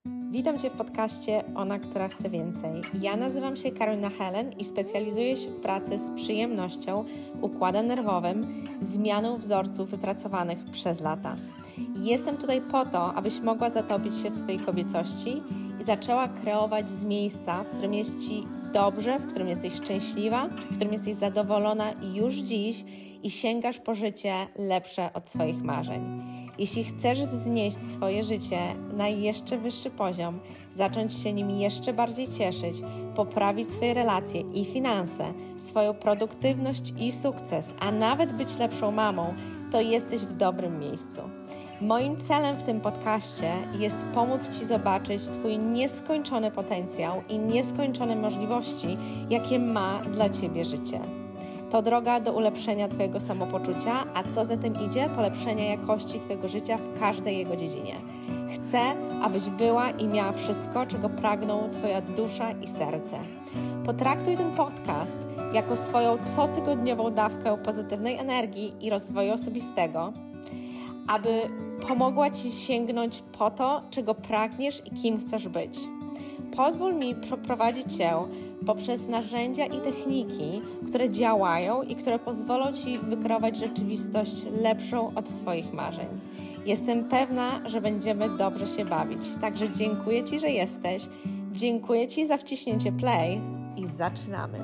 Witam Cię w podcaście Ona, która chce więcej. Ja nazywam się Karolina Helen i specjalizuję się w pracy z przyjemnością, układem nerwowym, zmianą wzorców wypracowanych przez lata. Jestem tutaj po to, abyś mogła zatopić się w swojej kobiecości i zaczęła kreować z miejsca, w którym jest Ci dobrze, w którym jesteś szczęśliwa, w którym jesteś zadowolona już dziś i sięgasz po życie lepsze od swoich marzeń. Jeśli chcesz wznieść swoje życie na jeszcze wyższy poziom, zacząć się nim jeszcze bardziej cieszyć, poprawić swoje relacje i finanse, swoją produktywność i sukces, a nawet być lepszą mamą, to jesteś w dobrym miejscu. Moim celem w tym podcaście jest pomóc Ci zobaczyć Twój nieskończony potencjał i nieskończone możliwości, jakie ma dla Ciebie życie. To droga do ulepszenia Twojego samopoczucia, a co za tym idzie, polepszenia jakości Twojego życia w każdej jego dziedzinie. Chcę, abyś była i miała wszystko, czego pragną Twoja dusza i serce. Potraktuj ten podcast jako swoją cotygodniową dawkę pozytywnej energii i rozwoju osobistego, aby pomogła Ci sięgnąć po to, czego pragniesz i kim chcesz być. Pozwól mi przeprowadzić Cię poprzez narzędzia i techniki, które działają i które pozwolą Ci wykreować rzeczywistość lepszą od Twoich marzeń. Jestem pewna, że będziemy dobrze się bawić, także dziękuję Ci, że jesteś. Dziękuję Ci za wciśnięcie play i zaczynamy.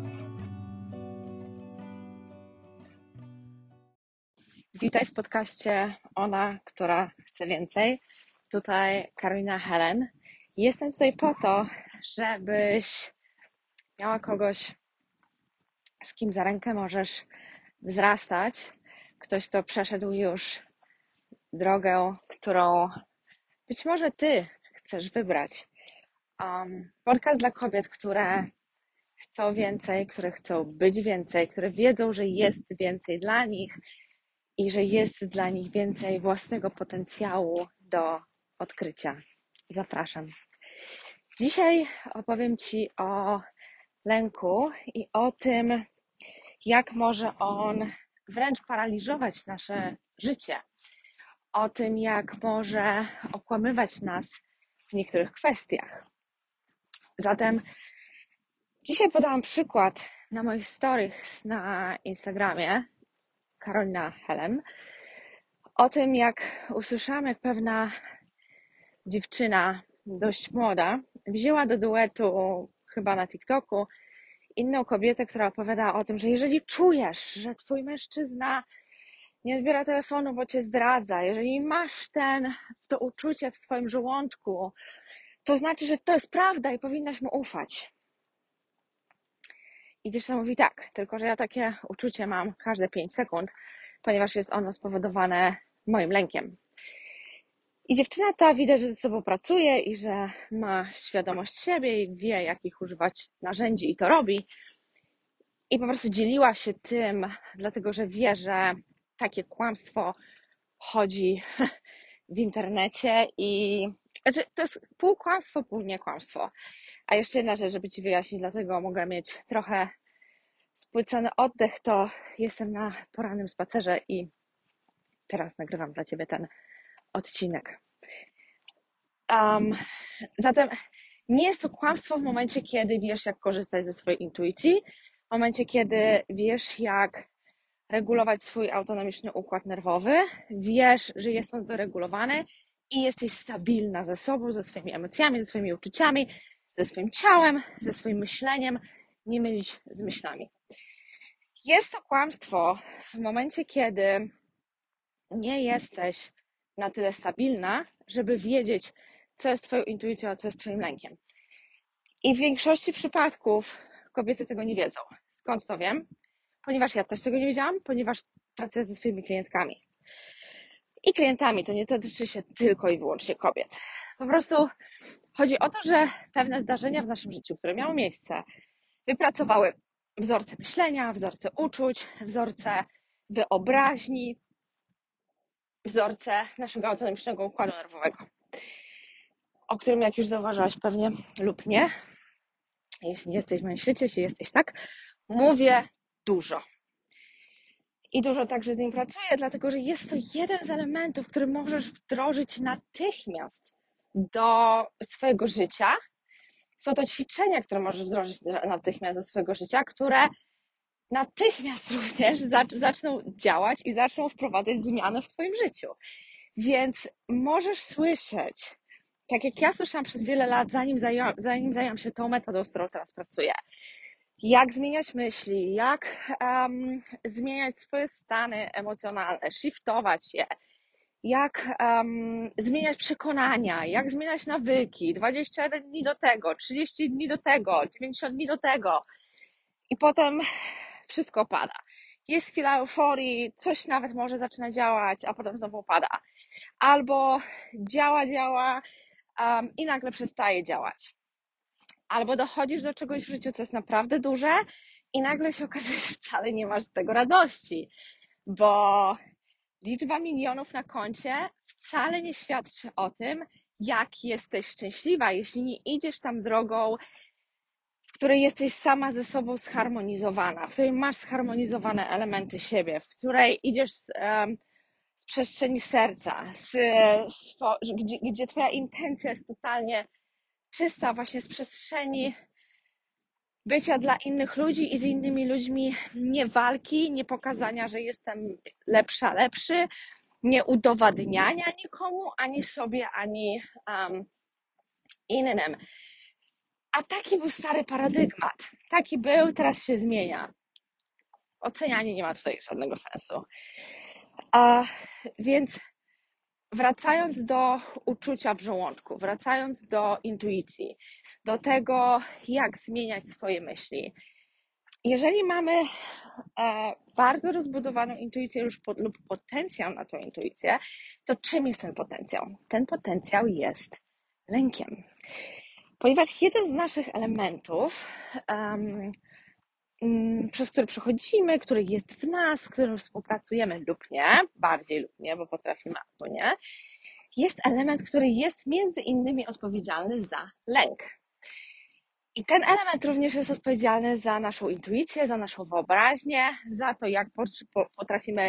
Witaj w podcaście Ona, która chce więcej. Tutaj Karolina Helen. Jestem tutaj po to, żebyś miała kogoś, z kim za rękę możesz wzrastać. Ktoś, kto przeszedł już drogę, którą być może Ty chcesz wybrać. Podcast dla kobiet, które chcą więcej, które chcą być więcej, które wiedzą, że jest więcej dla nich i że jest dla nich więcej własnego potencjału do odkrycia. Zapraszam. Dzisiaj opowiem Ci o lęku i o tym, jak może on wręcz paraliżować nasze życie. O tym, jak może okłamywać nas w niektórych kwestiach. Zatem dzisiaj podałam przykład na moich stories na Instagramie Karolina Helen o tym, jak usłyszałam, jak pewna dziewczyna, dość młoda, wzięła do duetu chyba na TikToku inną kobietę, która opowiada o tym, że jeżeli czujesz, że twój mężczyzna nie odbiera telefonu, bo cię zdradza, jeżeli masz to uczucie w swoim żołądku, to znaczy, że to jest prawda i powinnaś mu ufać. I dziewczyna mówi tak, tylko że ja takie uczucie mam każde 5 sekund, ponieważ jest ono spowodowane moim lękiem. I dziewczyna ta widać, że ze sobą pracuje i że ma świadomość siebie i wie, jakich używać narzędzi i to robi. I po prostu dzieliła się tym, dlatego że wie, że takie kłamstwo chodzi w internecie i znaczy, to jest pół kłamstwo, pół niekłamstwo. A jeszcze jedna rzecz, żeby Ci wyjaśnić, dlatego mogę mieć trochę spłycony oddech, to jestem na porannym spacerze i teraz nagrywam dla Ciebie ten odcinek. Zatem nie jest to kłamstwo w momencie, kiedy wiesz, jak korzystać ze swojej intuicji, w momencie, kiedy wiesz, jak regulować swój autonomiczny układ nerwowy, wiesz, że jest on wyregulowany i jesteś stabilna ze sobą, ze swoimi emocjami, ze swoimi uczuciami, ze swoim ciałem, ze swoim myśleniem, nie mylić z myślami. Jest to kłamstwo w momencie, kiedy nie jesteś na tyle stabilna, żeby wiedzieć, co jest Twoją intuicją, a co jest Twoim lękiem. I w większości przypadków kobiety tego nie wiedzą. Skąd to wiem? Ponieważ ja też tego nie wiedziałam, ponieważ pracuję ze swoimi klientkami. I klientami to nie dotyczy się tylko i wyłącznie kobiet. Po prostu chodzi o to, że pewne zdarzenia w naszym życiu, które miały miejsce, wypracowały wzorce myślenia, wzorce uczuć, wzorce wyobraźni, wzorce naszego autonomicznego układu nerwowego, o którym, jak już zauważyłaś pewnie lub nie, jeśli nie jesteś w moim świecie, jeśli jesteś tak, mówię dużo. I dużo także z nim pracuję, dlatego że jest to jeden z elementów, który możesz wdrożyć natychmiast do swojego życia. Są to ćwiczenia, które możesz wdrożyć natychmiast do swojego życia, które natychmiast również zaczną działać i zaczną wprowadzać zmiany w twoim życiu. Więc możesz słyszeć, tak jak ja słyszałam przez wiele lat, zanim zajęłam się tą metodą, z którą teraz pracuję, jak zmieniać myśli, jak zmieniać swoje stany emocjonalne, shiftować je, jak zmieniać przekonania, jak zmieniać nawyki, 21 dni do tego, 30 dni do tego, 90 dni do tego i potem wszystko pada. Jest chwila euforii, coś nawet może zaczyna działać, a potem znowu pada. Albo działa i nagle przestaje działać. Albo dochodzisz do czegoś w życiu, co jest naprawdę duże i nagle się okazuje, że wcale nie masz z tego radości, bo liczba milionów na koncie wcale nie świadczy o tym, jak jesteś szczęśliwa, jeśli nie idziesz tam drogą, w której jesteś sama ze sobą zharmonizowana, w której masz zharmonizowane elementy siebie, w której idziesz z przestrzeni serca, gdzie twoja intencja jest totalnie czysta, właśnie z przestrzeni bycia dla innych ludzi i z innymi ludźmi, nie walki, nie pokazania, że jestem lepsza, lepszy, nie udowadniania nikomu, ani sobie, ani innym. A taki był stary paradygmat. Taki był, teraz się zmienia. Ocenianie nie ma tutaj żadnego sensu. Więc wracając do uczucia w żołądku, wracając do intuicji, do tego, jak zmieniać swoje myśli. Jeżeli mamy bardzo rozbudowaną intuicję lub potencjał na tą intuicję, to czym jest ten potencjał? Ten potencjał jest lękiem. Ponieważ jeden z naszych elementów, przez który przechodzimy, który jest w nas, z którym współpracujemy lub nie, bardziej lub nie, bo potrafimy albo nie, jest element, który jest między innymi odpowiedzialny za lęk. I ten element również jest odpowiedzialny za naszą intuicję, za naszą wyobraźnię, za to, jak potrafimy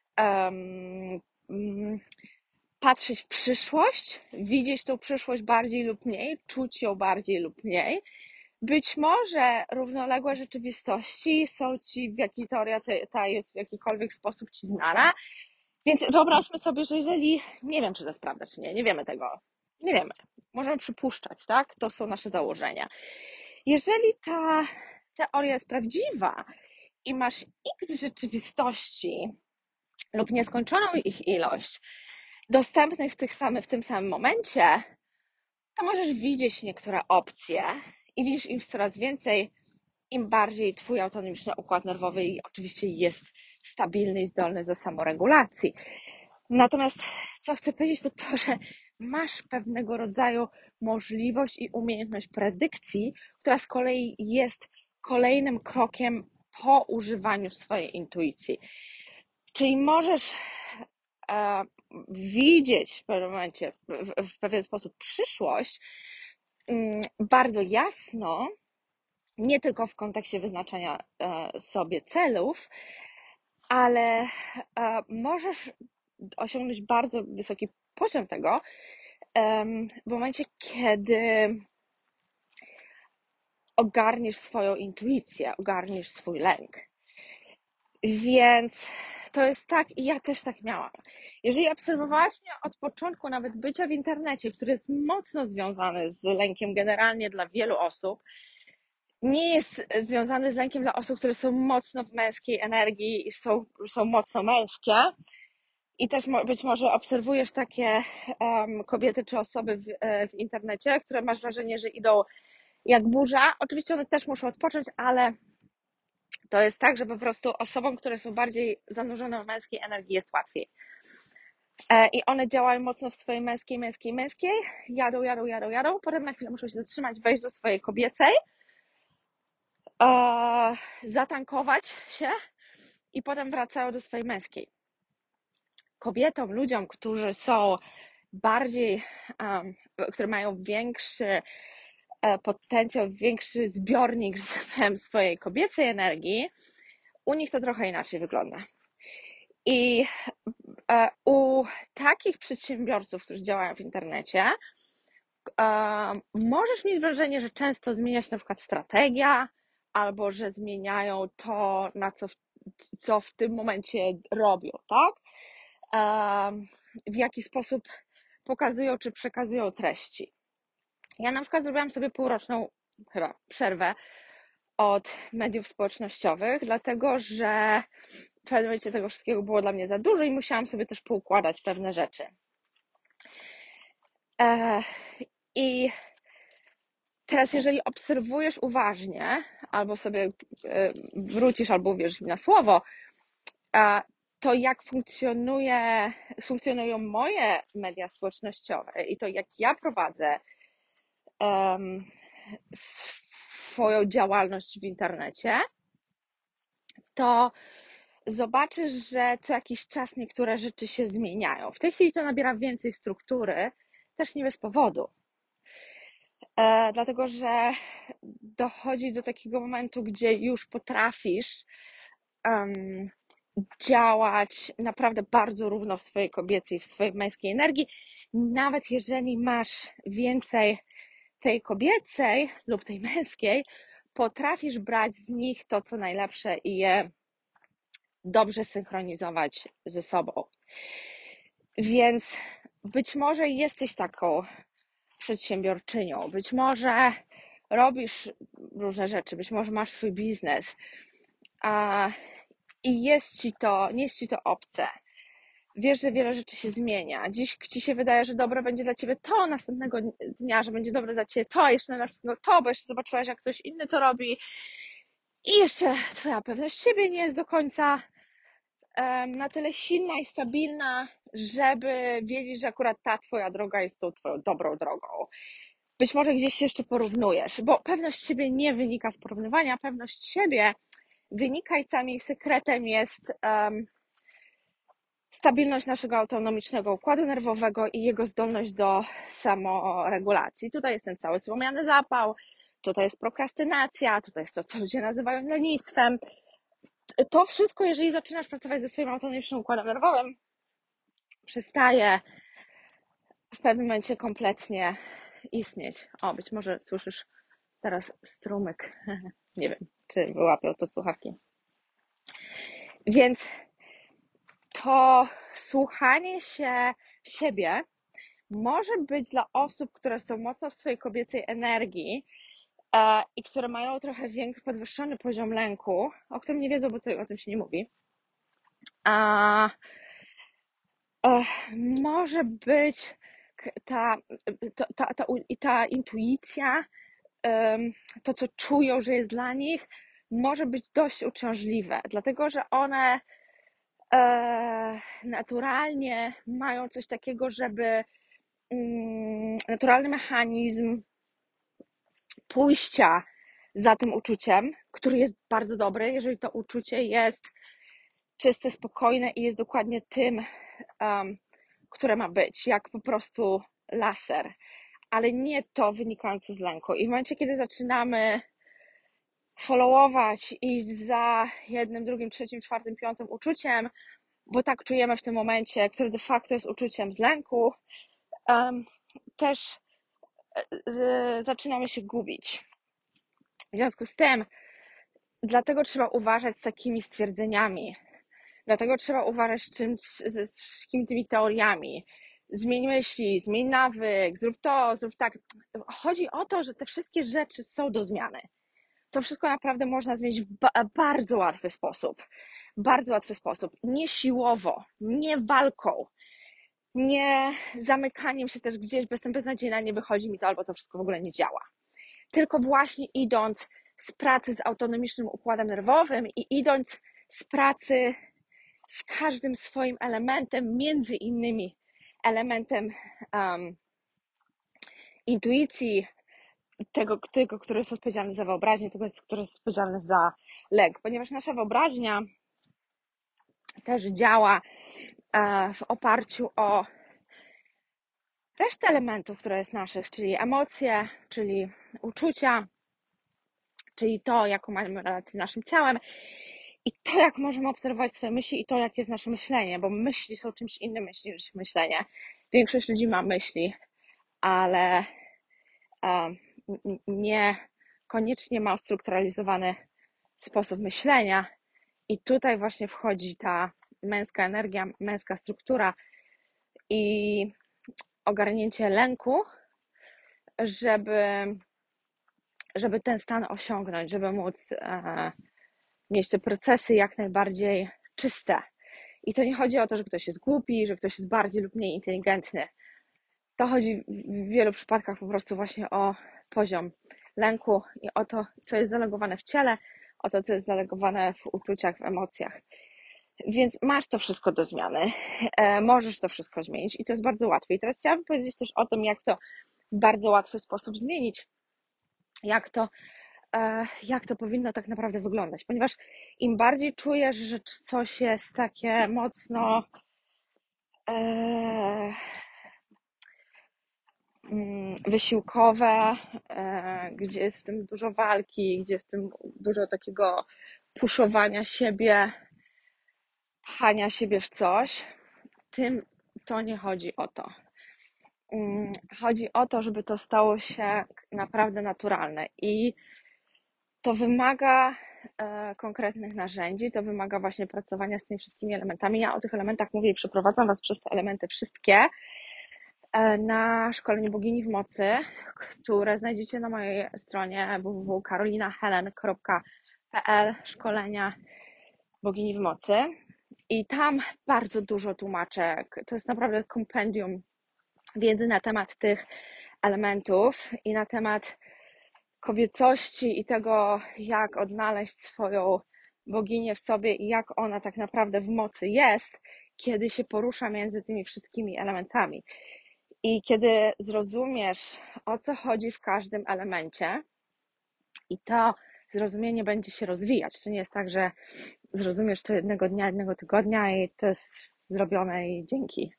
patrzeć w przyszłość, widzieć tą przyszłość bardziej lub mniej, czuć ją bardziej lub mniej. Być może równoległe rzeczywistości są ci, w jakiej teoria ta jest w jakikolwiek sposób ci znana. Więc wyobraźmy sobie, że jeżeli, nie wiem, czy to jest prawda, czy nie wiemy tego, nie wiemy, możemy przypuszczać, tak? To są nasze założenia. Jeżeli ta teoria jest prawdziwa i masz x rzeczywistości lub nieskończoną ich ilość dostępnych w tym samym momencie, to możesz widzieć niektóre opcje i widzisz ich coraz więcej, im bardziej twój autonomiczny układ nerwowy i oczywiście jest stabilny i zdolny do samoregulacji. Natomiast co chcę powiedzieć, to to, że masz pewnego rodzaju możliwość i umiejętność predykcji, która z kolei jest kolejnym krokiem po używaniu swojej intuicji. Czyli możesz widzieć w pewnym momencie, w pewien sposób przyszłość bardzo jasno, nie tylko w kontekście wyznaczania sobie celów, ale możesz osiągnąć bardzo wysoki poziom tego w momencie, kiedy ogarniesz swoją intuicję, ogarniesz swój lęk. Więc to jest tak, i ja też tak miałam. Jeżeli obserwowałaś mnie od początku nawet bycia w internecie, który jest mocno związany z lękiem generalnie dla wielu osób, nie jest związany z lękiem dla osób, które są mocno w męskiej energii i są mocno męskie. I też być może obserwujesz takie kobiety czy osoby w internecie, które masz wrażenie, że idą jak burza. Oczywiście one też muszą odpocząć, ale to jest tak, że po prostu osobom, które są bardziej zanurzone w męskiej energii, jest łatwiej. I one działają mocno w swojej męskiej, jadą, potem na chwilę muszą się zatrzymać, wejść do swojej kobiecej, zatankować się i potem wracają do swojej męskiej. Kobietom, ludziom, którzy są bardziej, które mają większy potencjał, większy zbiornik, że tak powiem, swojej kobiecej energii, u nich to trochę inaczej wygląda. I u takich przedsiębiorców, którzy działają w internecie, możesz mieć wrażenie, że często zmienia się na przykład strategia, albo że zmieniają to, co w tym momencie robią, tak? W jaki sposób pokazują czy przekazują treści. Ja na przykład zrobiłam sobie półroczną chyba przerwę od mediów społecznościowych, dlatego że w pewnym momencie tego wszystkiego było dla mnie za dużo i musiałam sobie też poukładać pewne rzeczy. I teraz, jeżeli obserwujesz uważnie, albo sobie wrócisz, albo uwierzysz mi na słowo, to jak funkcjonują moje media społecznościowe i to jak ja prowadzę swoją działalność w internecie, to zobaczysz, że co jakiś czas niektóre rzeczy się zmieniają. W tej chwili to nabiera więcej struktury, też nie bez powodu. Dlatego, że dochodzi do takiego momentu, gdzie już potrafisz działać naprawdę bardzo równo w swojej kobiecej, w swojej męskiej energii, nawet jeżeli masz więcej tej kobiecej lub tej męskiej, potrafisz brać z nich to, co najlepsze i je dobrze synchronizować ze sobą. Więc być może jesteś taką przedsiębiorczynią, być może robisz różne rzeczy, być może masz swój biznes i nie jest ci to obce. Wiesz, że wiele rzeczy się zmienia. Dziś ci się wydaje, że dobre będzie dla ciebie to, następnego dnia, że będzie dobre dla ciebie to, a jeszcze następnego to, bo jeszcze zobaczyłaś, jak ktoś inny to robi i jeszcze twoja pewność siebie nie jest do końca na tyle silna i stabilna, żeby wiedzieć, że akurat ta twoja droga jest tą twoją dobrą drogą. Być może gdzieś się jeszcze porównujesz, bo pewność siebie nie wynika z porównywania, pewność siebie wynika i całym jej sekretem jest stabilność naszego autonomicznego układu nerwowego i jego zdolność do samoregulacji. Tutaj jest ten cały słomiany zapał, tutaj jest prokrastynacja, tutaj jest to, co ludzie nazywają lenistwem. To wszystko, jeżeli zaczynasz pracować ze swoim autonomicznym układem nerwowym, przestaje w pewnym momencie kompletnie istnieć. Być może słyszysz teraz strumyk. Nie wiem, czy wyłapią to słuchawki. Więc to słuchanie się siebie może być dla osób, które są mocno w swojej kobiecej energii i które mają trochę podwyższony poziom lęku, o którym nie wiedzą, bo o tym się nie mówi. Może być ta intuicja, to co czują, że jest dla nich, może być dość uciążliwe, dlatego że one naturalnie mają coś takiego, żeby naturalny mechanizm pójścia za tym uczuciem, który jest bardzo dobry, jeżeli to uczucie jest czyste, spokojne i jest dokładnie tym, które ma być, jak po prostu laser, ale nie to wynikające z lęku. I w momencie, kiedy zaczynamy followować i za jednym, drugim, trzecim, czwartym, piątym uczuciem, bo tak czujemy w tym momencie, które de facto jest uczuciem z lęku, też zaczynamy się gubić. W związku z tym, dlatego trzeba uważać z takimi stwierdzeniami, dlatego trzeba uważać z wszystkimi tymi teoriami. Zmień myśli, zmień nawyk, zrób to, zrób tak. Chodzi o to, że te wszystkie rzeczy są do zmiany. To wszystko naprawdę można zmienić w bardzo łatwy sposób. Bardzo łatwy sposób. Nie siłowo, nie walką, nie zamykaniem się też gdzieś, bo jestem beznadziejna, nie wychodzi mi to, albo to wszystko w ogóle nie działa. Tylko właśnie idąc z pracy z autonomicznym układem nerwowym i idąc z pracy z każdym swoim elementem, między innymi elementem intuicji, tego, który jest odpowiedzialny za wyobraźnię, tego, który jest odpowiedzialny za lęk, ponieważ nasza wyobraźnia też działa w oparciu o resztę elementów, które jest naszych, czyli emocje, czyli uczucia, czyli to, jaką mamy relację z naszym ciałem i to, jak możemy obserwować swoje myśli i to, jakie jest nasze myślenie, bo myśli są czymś innym niż myślenie. Większość ludzi ma myśli, ale niekoniecznie ma ustrukturalizowany sposób myślenia. I tutaj właśnie wchodzi ta męska energia, męska struktura i ogarnięcie lęku, żeby ten stan osiągnąć, żeby móc mieć te procesy jak najbardziej czyste. I to nie chodzi o to, że ktoś jest głupi, że ktoś jest bardziej lub mniej inteligentny. To chodzi w wielu przypadkach po prostu właśnie o poziom lęku i o to, co jest zalogowane w ciele, o to, co jest zalogowane w uczuciach, w emocjach. Więc masz to wszystko do zmiany, możesz to wszystko zmienić i to jest bardzo łatwe. I teraz chciałabym powiedzieć też o tym, jak to w bardzo łatwy sposób zmienić, jak to powinno tak naprawdę wyglądać, ponieważ im bardziej czujesz, że coś jest takie mocno wysiłkowe, gdzie jest w tym dużo walki, gdzie jest w tym dużo takiego puszowania siebie, pchania siebie w coś, tym to nie chodzi o to. Chodzi o to, żeby to stało się naprawdę naturalne i to wymaga konkretnych narzędzi, to wymaga właśnie pracowania z tymi wszystkimi elementami. Ja o tych elementach mówię i przeprowadzam Was przez te elementy wszystkie na szkoleniu Bogini w Mocy, które znajdziecie na mojej stronie www.carolinahelen.pl szkolenia Bogini w Mocy i tam bardzo dużo tłumaczę. To jest naprawdę kompendium wiedzy na temat tych elementów i na temat kobiecości i tego, jak odnaleźć swoją boginię w sobie i jak ona tak naprawdę w mocy jest, kiedy się porusza między tymi wszystkimi elementami. I kiedy zrozumiesz, o co chodzi w każdym elemencie i to zrozumienie będzie się rozwijać. To nie jest tak, że zrozumiesz to jednego dnia, jednego tygodnia i to jest zrobione i dzięki.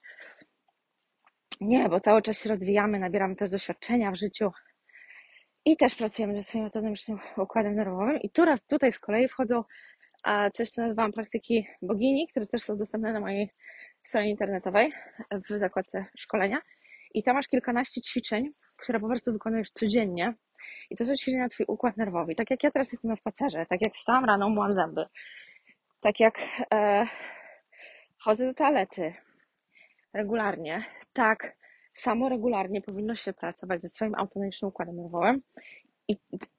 Nie, bo cały czas się rozwijamy, nabieramy też doświadczenia w życiu i też pracujemy ze swoim autonomicznym układem nerwowym. I tutaj z kolei wchodzą coś, co nazywam praktyki bogini, które też są dostępne na mojej stronie internetowej w zakładce szkolenia. I tam masz kilkanaście ćwiczeń, które po prostu wykonujesz codziennie. I to są ćwiczenia na Twój układ nerwowy. I tak jak ja teraz jestem na spacerze, tak jak wstałam rano, myłam zęby, tak jak chodzę do toalety regularnie, tak samo regularnie powinno się pracować ze swoim autonomicznym układem nerwowym i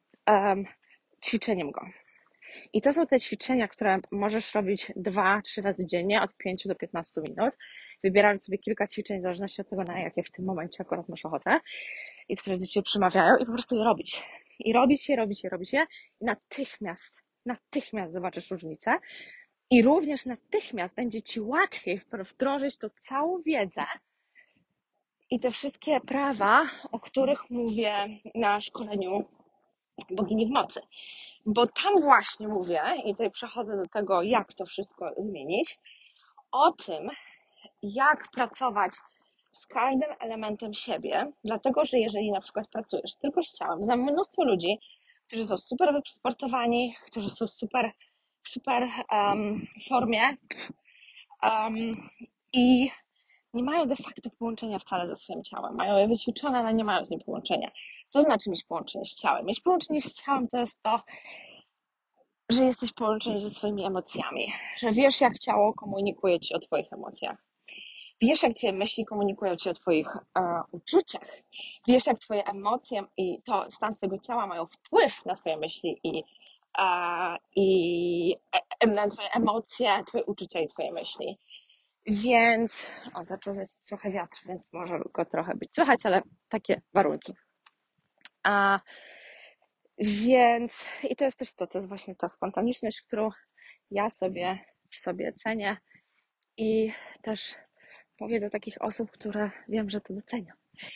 ćwiczeniem go. I to są te ćwiczenia, które możesz robić 2-3 razy dziennie, od 5 do 15 minut, wybierając sobie kilka ćwiczeń w zależności od tego, na jakie w tym momencie akurat masz ochotę i które do Ciebie przemawiają i po prostu je robić. I robić je i natychmiast zobaczysz różnicę i również natychmiast będzie Ci łatwiej wdrożyć tą całą wiedzę i te wszystkie prawa, o których mówię na szkoleniu Bogini w Mocy. Bo tam właśnie mówię, i tutaj przechodzę do tego, jak to wszystko zmienić, o tym, jak pracować z każdym elementem siebie, dlatego, że jeżeli na przykład pracujesz tylko z ciałem, znam mnóstwo ludzi, którzy są super wysportowani, którzy są super w formie i nie mają de facto połączenia wcale ze swoim ciałem. Mają je wyćwiczone, ale nie mają z nim połączenia. Co znaczy mieć połączenie z ciałem? Mieć połączenie z ciałem to jest to, że jesteś połączony ze swoimi emocjami, że wiesz, jak ciało komunikuje Ci o Twoich emocjach. Wiesz, jak Twoje myśli komunikują Ci o Twoich uczuciach. Wiesz, jak Twoje emocje i to stan Twojego ciała mają wpływ na Twoje myśli na Twoje emocje, Twoje uczucia i Twoje myśli. Więc, zaczął być trochę wiatr, więc może go trochę być słychać, ale takie warunki. Więc i to jest też to jest właśnie ta spontaniczność, którą ja sobie w sobie cenię i też mówię do takich osób, które wiem, że to docenią.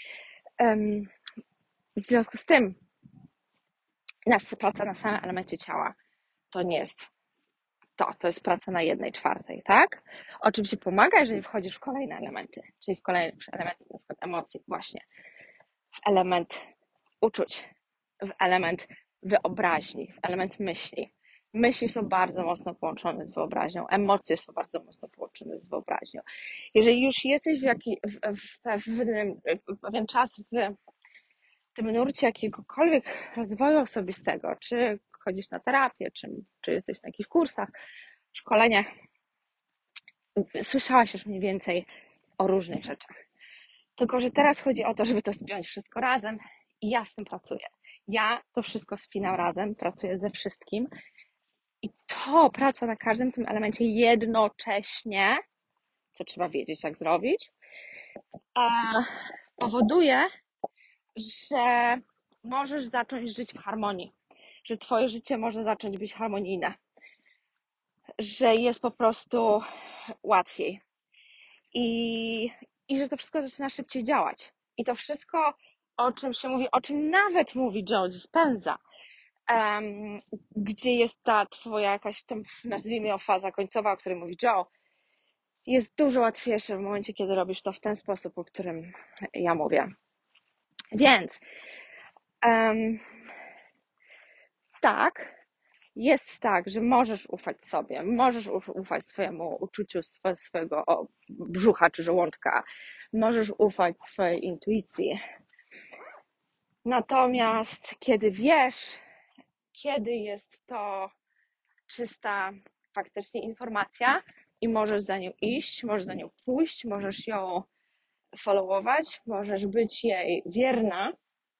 W związku z tym praca na samym elemencie ciała to nie jest to jest praca na 1/4, tak? Oczywiście pomaga, jeżeli wchodzisz w kolejne elementy, czyli w kolejne elementy, na przykład emocji właśnie, w element uczuć, w element wyobraźni, w element myśli. Myśli są bardzo mocno połączone z wyobraźnią, emocje są bardzo mocno połączone z wyobraźnią. Jeżeli już jesteś w pewien czas tym nurcie jakiegokolwiek rozwoju osobistego, czy chodzisz na terapię, czy jesteś na jakichś kursach, szkoleniach, słyszałaś już mniej więcej o różnych rzeczach. Tylko że teraz chodzi o to, żeby to spiąć wszystko razem i ja z tym pracuję. Ja to wszystko spinam razem, pracuję ze wszystkim i to praca na każdym tym elemencie jednocześnie, co trzeba wiedzieć, jak zrobić, powoduje, że możesz zacząć żyć w harmonii, że twoje życie może zacząć być harmonijne, że jest po prostu łatwiej i że to wszystko zaczyna szybciej działać. I to wszystko, o czym się mówi, o czym nawet mówi Joe Dispenza, gdzie jest ta twoja jakaś, tam, nazwijmy ją, faza końcowa, o której mówi Joe, jest dużo łatwiejsze w momencie, kiedy robisz to w ten sposób, o którym ja mówię. Więc tak, jest tak, że możesz ufać sobie, możesz ufać swojemu uczuciu swojego brzucha czy żołądka, możesz ufać swojej intuicji. Natomiast kiedy wiesz, kiedy jest to czysta faktycznie informacja i możesz za nią iść, możesz za nią pójść, możesz ją followować, możesz być jej wierna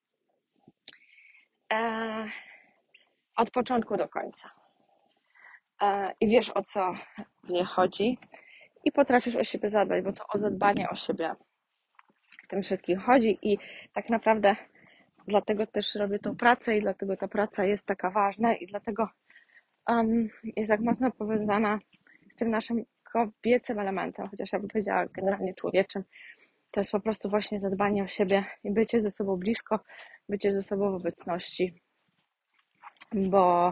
od początku do końca. I wiesz, o co w niej chodzi i potrafisz o siebie zadbać, bo to o zadbanie o siebie w tym wszystkim chodzi i tak naprawdę dlatego też robię tą pracę i dlatego ta praca jest taka ważna i dlatego jest tak mocno powiązana z tym naszym kobiecym elementem, chociaż ja bym powiedziała generalnie człowieczym. To jest po prostu właśnie zadbanie o siebie i bycie ze sobą blisko, bycie ze sobą w obecności, bo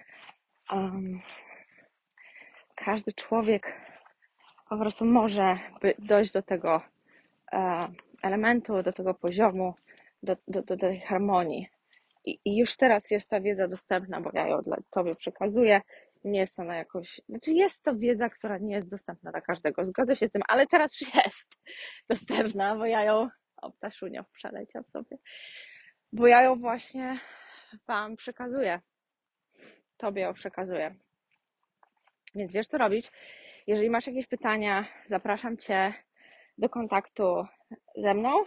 każdy człowiek po prostu może dojść do tego elementu, do tego poziomu, do tej harmonii. I już teraz jest ta wiedza dostępna, bo ja ją tobie przekazuję. Nie jest ona jakoś... Znaczy jest to wiedza, która nie jest dostępna dla każdego. Zgodzę się z tym, ale teraz już jest dostępna, bo ja ją... O, ptaszunio przeleciał sobie. Bo ja ją właśnie wam przekazuję. Tobie ją przekazuję. Więc wiesz, co robić. Jeżeli masz jakieś pytania, zapraszam cię do kontaktu ze mną.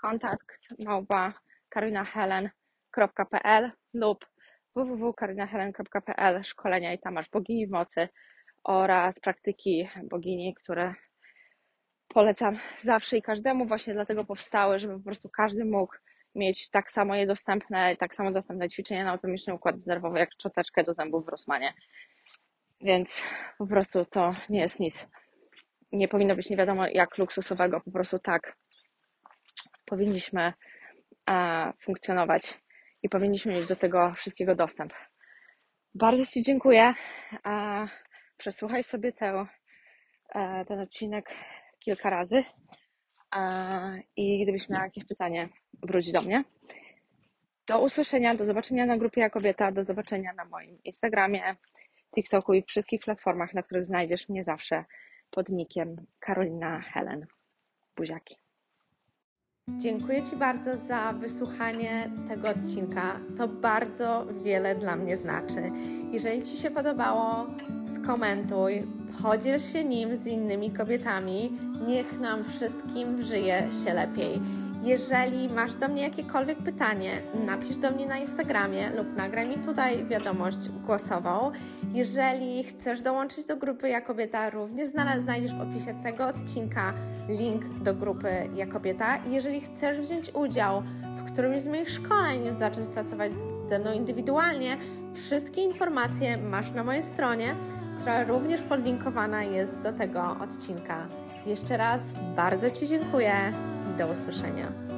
kontakt@karolinahelen.pl lub www.karolinahelen.pl. Szkolenia i tam masz bogini w mocy oraz praktyki bogini, które polecam zawsze i każdemu. Właśnie dlatego powstały, żeby po prostu każdy mógł mieć tak samo dostępne ćwiczenia na autonomiczny układ nerwowy, jak szczoteczkę do zębów w Rossmanie. Więc po prostu to nie jest nic. Nie powinno być nie wiadomo jak luksusowego. Po prostu tak powinniśmy funkcjonować i powinniśmy mieć do tego wszystkiego dostęp. Bardzo ci dziękuję. Przesłuchaj sobie ten odcinek kilka razy i gdybyś miała jakieś pytanie, wróć do mnie. Do usłyszenia, do zobaczenia na grupie Ja Kobieta, do zobaczenia na moim Instagramie, TikToku i wszystkich platformach, na których znajdziesz mnie zawsze pod nickiem Karolina Helen. Buziaki. Dziękuję Ci bardzo za wysłuchanie tego odcinka. To bardzo wiele dla mnie znaczy. Jeżeli Ci się podobało, skomentuj, podziel się nim z innymi kobietami. Niech nam wszystkim żyje się lepiej. Jeżeli masz do mnie jakiekolwiek pytanie, napisz do mnie na Instagramie lub nagraj mi tutaj wiadomość głosową. Jeżeli chcesz dołączyć do grupy Ja Kobieta, również znajdziesz w opisie tego odcinka link do grupy Ja Kobieta. Jeżeli chcesz wziąć udział w którymś z moich szkoleń, zacząć pracować ze mną indywidualnie, wszystkie informacje masz na mojej stronie, która również podlinkowana jest do tego odcinka. Jeszcze raz bardzo Ci dziękuję i do usłyszenia.